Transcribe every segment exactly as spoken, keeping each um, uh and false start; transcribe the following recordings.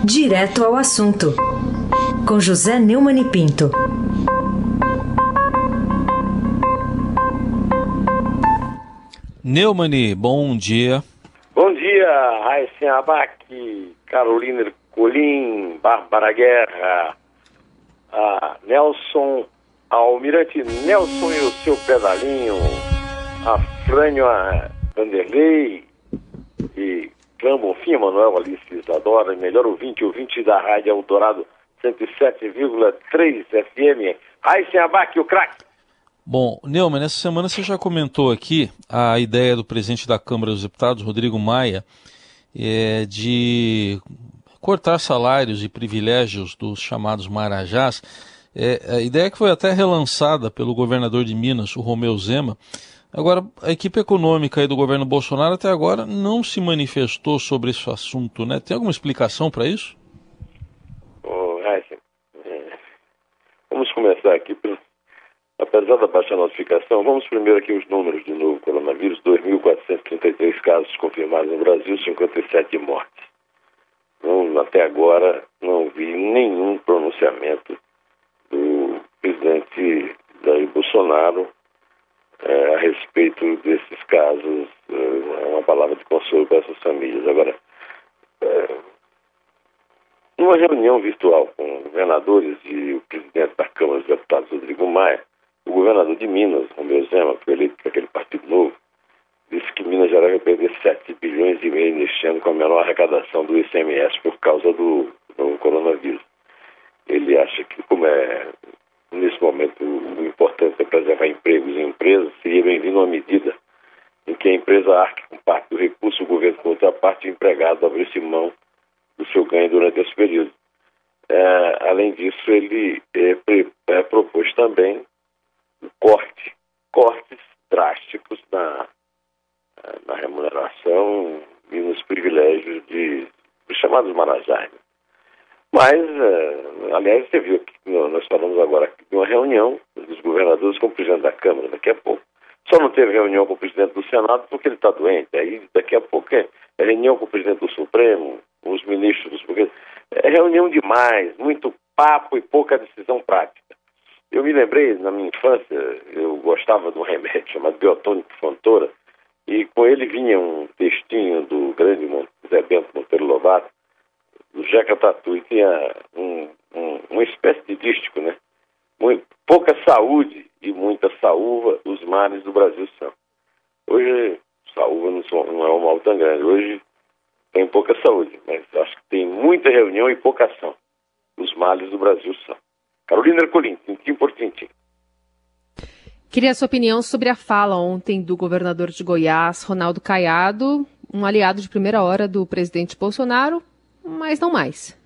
Direto ao assunto, com José Neumann e Pinto. Neumann, bom dia. Bom dia, Raíssen Abac, Carolina Ercolim, Bárbara Guerra, a Nelson, Almirante Nelson e o seu pedalinho, a Frânio Vanderlei e Clã Bonfim, Manuel Alice Isadora, melhor ouvinte, ouvinte da Rádio Eldorado cento e sete vírgula três F M. Raíssen Abac, o craque. Bom, Neumann, nessa semana você já comentou aqui a ideia do presidente da Câmara dos Deputados, Rodrigo Maia, é, de cortar salários e privilégios dos chamados marajás. É, a ideia que foi até relançada pelo governador de Minas, o Romeu Zema. Agora, a equipe econômica aí do governo Bolsonaro até agora não se manifestou sobre esse assunto, né? Tem alguma explicação para isso? Oh, Raíssen, é, vamos começar aqui pelo... Apesar da baixa notificação, vamos primeiro aqui os números de novo coronavírus: dois mil quatrocentos e trinta e três casos confirmados no Brasil, cinquenta e sete mortes. Não, até agora não vi nenhum pronunciamento do presidente Jair Bolsonaro é, a respeito desses casos. É uma palavra de consolo para essas famílias. Agora, é, numa reunião virtual com governadores e o presidente da Câmara dos Deputados, Rodrigo Maia, o governador de Minas, Romeu Zema, que foi eleito por aquele Partido Novo, disse que Minas Gerais vai perder sete bilhões e meio neste ano com a menor arrecadação do I C M S por causa do, do coronavírus. Ele acha que, como é, nesse momento, o importante é preservar empregos e empresas, seria bem-vindo uma medida em que a empresa arque com parte do recurso, o governo com outra parte, o empregado abrir-se mão do seu ganho durante esse período. É, além disso, ele é, pre, é, propôs também o corte, cortes drásticos na, na remuneração e nos privilégios de, dos chamados marajás. Mas, é, aliás, você viu que nós falamos agora de uma reunião dos governadores com o presidente da Câmara daqui a pouco. Só não teve reunião com o presidente do Senado porque ele está doente. Aí daqui a pouco é reunião com o presidente do Supremo, os ministros, porque é reunião demais, muito papo e pouca decisão prática. Eu me lembrei, na minha infância, eu gostava de um remédio chamado Biotônico Fontoura, e com ele vinha um textinho do grande Zé Bento Monteiro Lobato, do Jeca Tatu, e tinha um, um, uma espécie de dístico, né? Muito, pouca saúde e muita saúva, os males do Brasil são. Hoje, saúva não, são, não é um mal tão grande. Hoje tem pouca saúde, mas acho que tem muita reunião e pouca ação. Os males do Brasil são. Carolina Ercolim, tintim por tintim. Queria a sua opinião sobre a fala ontem do governador de Goiás, Ronaldo Caiado, um aliado de primeira hora do presidente Bolsonaro, mas não mais.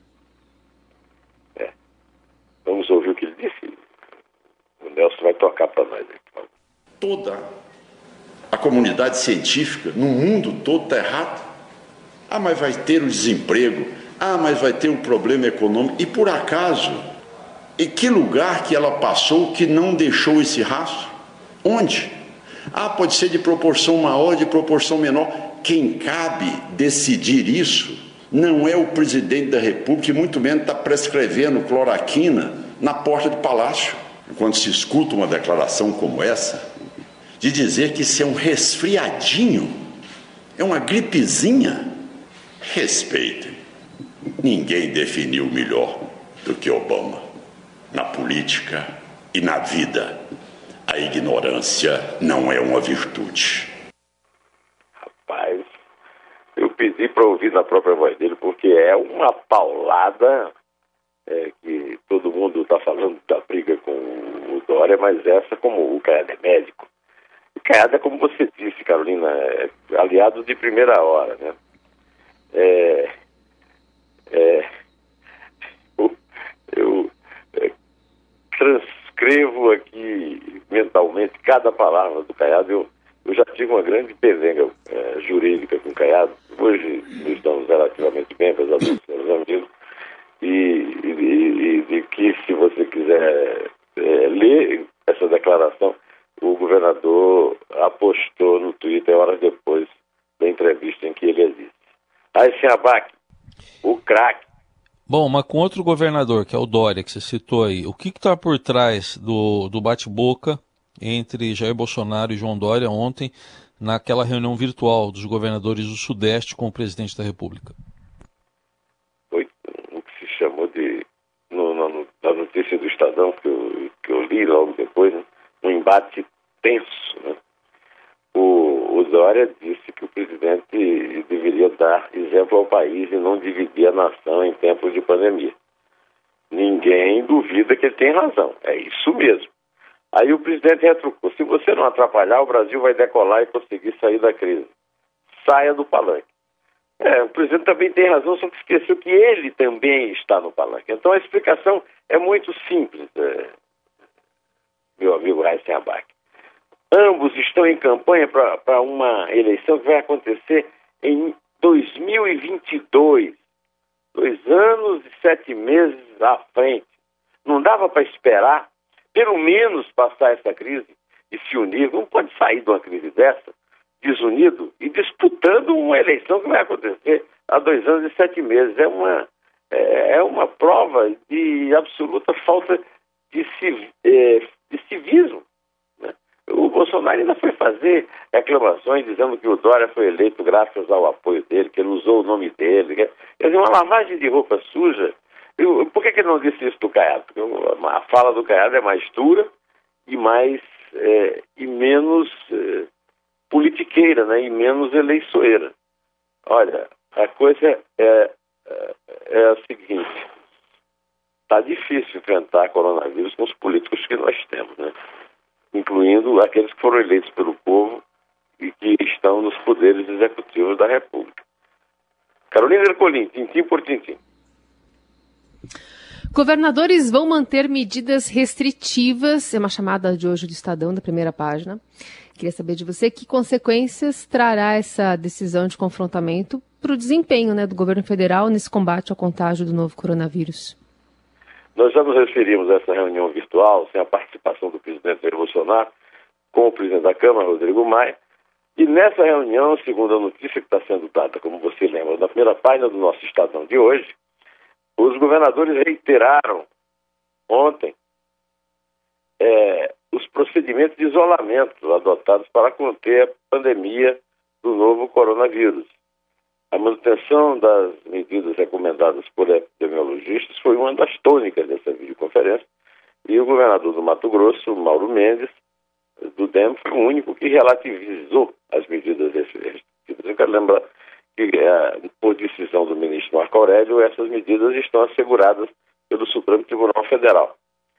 É. Vamos ouvir o que ele disse. O Nelson vai tocar para nós aí. Toda a comunidade científica no mundo todo está errada. Ah, mas vai ter o desemprego. Ah, mas vai ter um problema econômico. E por acaso, em que lugar que ela passou que não deixou esse rastro? Onde? Ah, pode ser de proporção maior, de proporção menor. Quem cabe decidir isso não é o presidente da República, e muito menos está prescrevendo cloroquina na porta de palácio. Quando se escuta uma declaração como essa, de dizer que isso é um resfriadinho, é uma gripezinha, respeitem. Ninguém definiu melhor do que Obama. Na política e na vida, a ignorância não é uma virtude. Rapaz, eu pedi para ouvir na própria voz dele, porque é uma paulada é, que todo mundo está falando da briga com o Dória, mas essa, como o Caiado é médico, o Caiado é, como você disse, Carolina, é aliado de primeira hora, né? É, é, eu, eu é, transcrevo aqui mentalmente cada palavra do Caiado. Eu, eu já tive uma grande pevenga é, jurídica com o Caiado. Hoje estamos relativamente bem, apesar dos seus amigos. E, e, e de que, se você quiser é, ler essa declaração, o governador apostou no Twitter horas depois da entrevista em que ele disse: Raíssen Abac, o craque. Bom, mas com outro governador, que é o Dória, que você citou aí, o que está por trás do, do bate-boca entre Jair Bolsonaro e João Dória ontem, naquela reunião virtual dos governadores do Sudeste com o presidente da República? Foi o que se chamou de, no, no, na notícia do Estadão, que eu, que eu li logo depois, né, um embate tenso, né? O, o Dória disse que o presidente deveria dar exemplo ao país e não dividir a nação em tempos de pandemia. Ninguém duvida que ele tem razão, é isso mesmo. Aí o presidente retrucou: se você não atrapalhar, o Brasil vai decolar e conseguir sair da crise. Saia do palanque. É, o presidente também tem razão, só que esqueceu que ele também está no palanque. Então a explicação é muito simples, é, meu amigo Raíssen Abac. Ambos estão em campanha para uma eleição que vai acontecer em dois mil e vinte e dois. Dois anos e sete meses à frente. Não dava para esperar, pelo menos, passar essa crise e se unir. Não pode sair de uma crise dessa, desunido e disputando uma eleição que vai acontecer há dois anos e sete meses. É uma, é, é uma prova de absoluta falta de, é, de civismo. O Bolsonaro ainda foi fazer reclamações dizendo que o Dória foi eleito graças ao apoio dele, que ele usou o nome dele. Quer dizer, uma lavagem de roupa suja. Eu, por que, que ele não disse isso do Caiado? Porque a fala do Caiado é mais dura e, mais, é, e menos é, politiqueira, né? E menos eleiçoeira. Olha, a coisa é, é, é a seguinte: está difícil enfrentar coronavírus com os políticos que nós temos, né? Incluindo aqueles que foram eleitos pelo povo e que estão nos poderes executivos da República. Carolina Ercolim, tintim por tintim. Governadores vão manter medidas restritivas, é uma chamada de hoje do Estadão, da primeira página. Queria saber de você que consequências trará essa decisão de confrontamento para o desempenho, né, do governo federal nesse combate ao contágio do novo coronavírus. Nós já nos referimos a essa reunião virtual, sem a participação do presidente Jair Bolsonaro, com o presidente da Câmara, Rodrigo Maia, e nessa reunião, segundo a notícia que está sendo dada, como você lembra, na primeira página do nosso Estadão de hoje, os governadores reiteraram ontem é, os procedimentos de isolamento adotados para conter a pandemia do novo coronavírus. A manutenção das medidas recomendadas por epidemiologistas foi uma das tônicas dessa videoconferência, e o governador do Mato Grosso, Mauro Mendes, do D E M, foi o único que relativizou as medidas restritivas. Eu quero lembrar que, é, por decisão do ministro Marco Aurélio, essas medidas estão asseguradas pelo Supremo Tribunal Federal.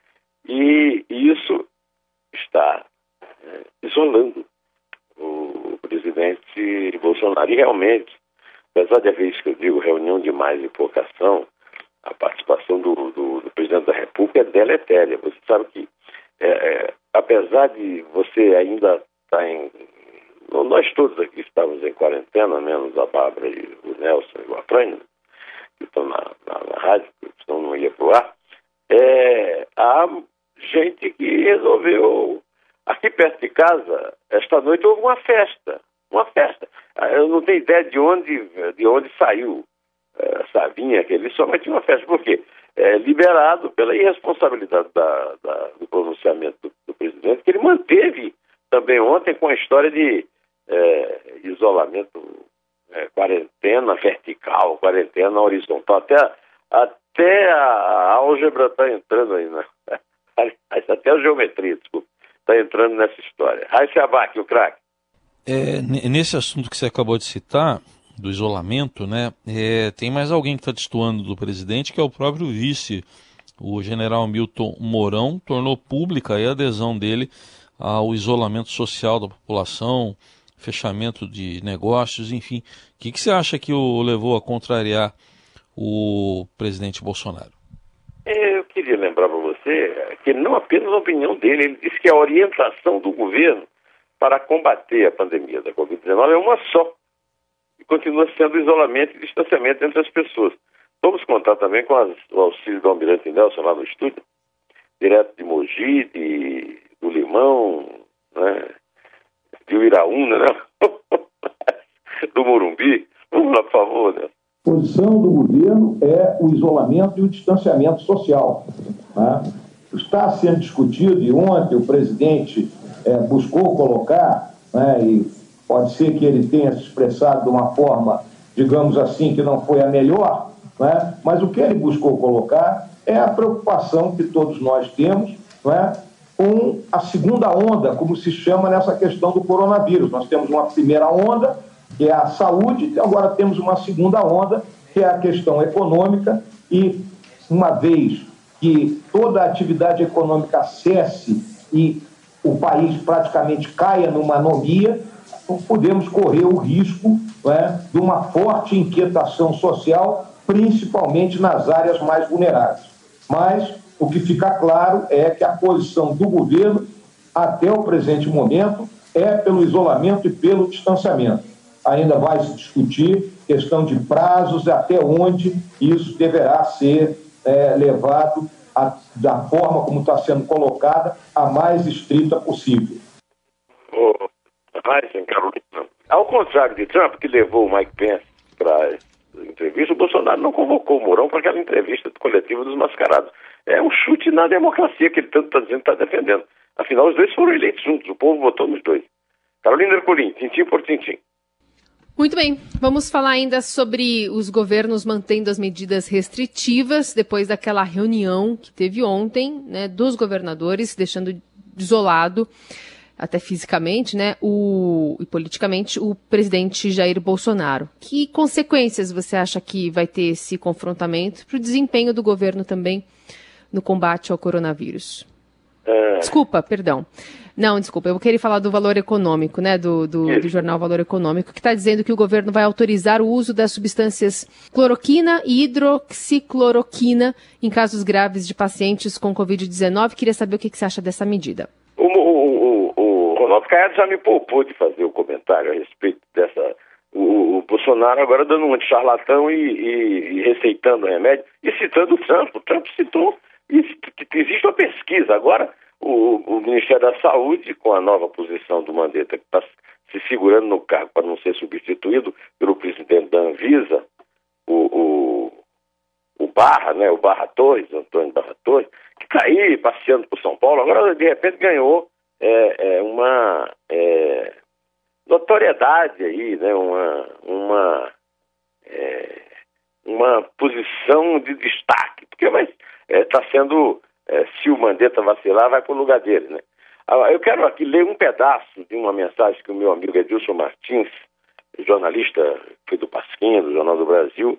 E isso está é, isolando o presidente Bolsonaro. E realmente, apesar de haver isso que eu digo, reunião de mais e pouca ação, a participação do, do, do presidente da República é deletéria. Você sabe que, é, é, apesar de você ainda estar em... Nós todos aqui estamos em quarentena, menos a Bárbara e o Nelson e o Afrânio, que estão na, na, na rádio, senão não ia para o ar. É, há gente que resolveu... Aqui perto de casa, esta noite houve uma festa. Uma festa. Eu não tenho ideia de onde, de onde saiu essa vinha, aquele somente uma festa. Por quê? É, liberado pela irresponsabilidade da, da, do pronunciamento do, do presidente, que ele manteve também ontem com a história de é, isolamento, é, quarentena vertical, quarentena horizontal. Até, até a, a álgebra está entrando aí, né? Até a geometria, desculpa, está entrando nessa história. Raíssen Abac, o craque. É, nesse assunto que você acabou de citar, do isolamento, né, é, tem mais alguém que está destoando do presidente, que é o próprio vice, o general Milton Mourão, tornou pública a adesão dele ao isolamento social da população, fechamento de negócios, enfim. O que, que você acha que o levou a contrariar o presidente Bolsonaro? Eu queria lembrar para você que não apenas a opinião dele, ele disse que a orientação do governo para combater a pandemia da covid dezenove é uma só. E continua sendo o isolamento e distanciamento entre as pessoas. Vamos contar também com as, o auxílio do Almirante Nelson lá no estúdio, direto de Mogi, de, do Limão, né, de Uiraúna, né, do Morumbi. Vamos lá, por favor, né? A posição do governo é o isolamento e o distanciamento social, né? Está sendo discutido, e ontem o presidente é, buscou colocar, né, e pode ser que ele tenha se expressado de uma forma, digamos assim, que não foi a melhor, né, mas o que ele buscou colocar é a preocupação que todos nós temos, né, com a segunda onda, como se chama nessa questão do coronavírus. Nós temos uma primeira onda, que é a saúde, e agora temos uma segunda onda, que é a questão econômica, e uma vez que toda a atividade econômica cesse e o país praticamente caia numa anomia, podemos correr o risco, né, de uma forte inquietação social, principalmente nas áreas mais vulneráveis. Mas o que fica claro é que a posição do governo, até o presente momento, é pelo isolamento e pelo distanciamento. Ainda vai se discutir questão de prazos, até onde isso deverá ser é, levado a, da forma como está sendo colocada, a mais estrita possível. Ô, Heisen, Carolina, ao contrário de Trump, que levou o Mike Pence para a entrevista, o Bolsonaro não convocou o Mourão para aquela entrevista coletiva dos mascarados. É um chute na democracia que ele tanto está dizendo que está defendendo. Afinal, os dois foram eleitos juntos, o povo votou nos dois. Carolina Ercolim, tintim por tintim. Muito bem, vamos falar ainda sobre os governos mantendo as medidas restritivas depois daquela reunião que teve ontem, né, dos governadores, deixando isolado, até fisicamente, né, o, e politicamente, o presidente Jair Bolsonaro. Que consequências você acha que vai ter esse confrontamento para o desempenho do governo também no combate ao coronavírus? É... Desculpa, perdão. Não, desculpa, eu queria falar do valor econômico, né, do, do, do jornal Valor Econômico, que está dizendo que o governo vai autorizar o uso das substâncias cloroquina e hidroxicloroquina em casos graves de pacientes com covid dezenove. Queria saber o que, que você acha dessa medida. O, o, o, o Ronaldo Caiado já me poupou de fazer o comentário a respeito dessa... O, o Bolsonaro agora dando um de charlatão e, e, e receitando remédio e citando o Trump. O Trump citou que existe uma pesquisa. Agora, o, o Ministério da Saúde, com a nova posição do Mandetta, que está se segurando no cargo para não ser substituído pelo presidente da Anvisa, o, o, o Barra, né, o Barra Torres, Antônio Barra Torres, que está aí passeando por São Paulo, agora de repente ganhou é, é, uma é, notoriedade aí, né, uma, uma, é, uma posição de destaque, porque vai está é, sendo, é, se o Mandetta vacilar, vai para o lugar dele, né? Eu quero aqui ler um pedaço de uma mensagem que o meu amigo Edilson Martins, jornalista foi do Pasquim, do Jornal do Brasil,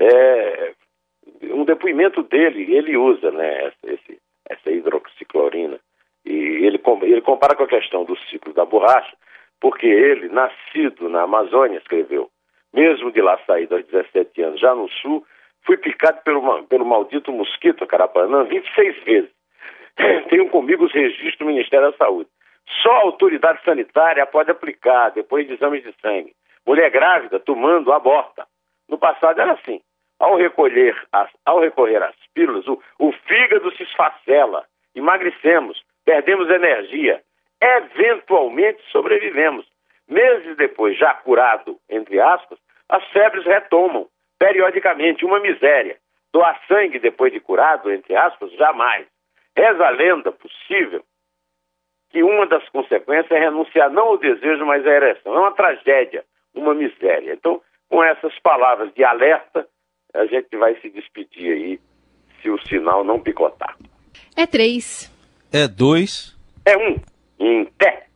é, um depoimento dele, ele usa, né, essa, esse, essa hidroxiclorina, e ele, ele compara com a questão do ciclo da borracha, porque ele, nascido na Amazônia, escreveu, mesmo de lá saído aos dezessete anos, já no sul, fui picado pelo, pelo maldito mosquito Carapanã vinte e seis vezes. Tenho comigo os registros do Ministério da Saúde. Só a autoridade sanitária pode aplicar, depois de exames de sangue. Mulher grávida, tomando, aborta. No passado era assim. Ao, recolher as, ao recorrer às pílulas, o, o fígado se esfacela, emagrecemos, perdemos energia. Eventualmente sobrevivemos. Meses depois, já curado, entre aspas, as febres retomam. Periodicamente, uma miséria. Doar sangue depois de curado, entre aspas, jamais. Reza a lenda possível que uma das consequências é renunciar não ao desejo, mas à ereção. É uma tragédia, uma miséria. Então, com essas palavras de alerta, a gente vai se despedir aí, se o sinal não picotar. É três. É dois. É um. Em pé.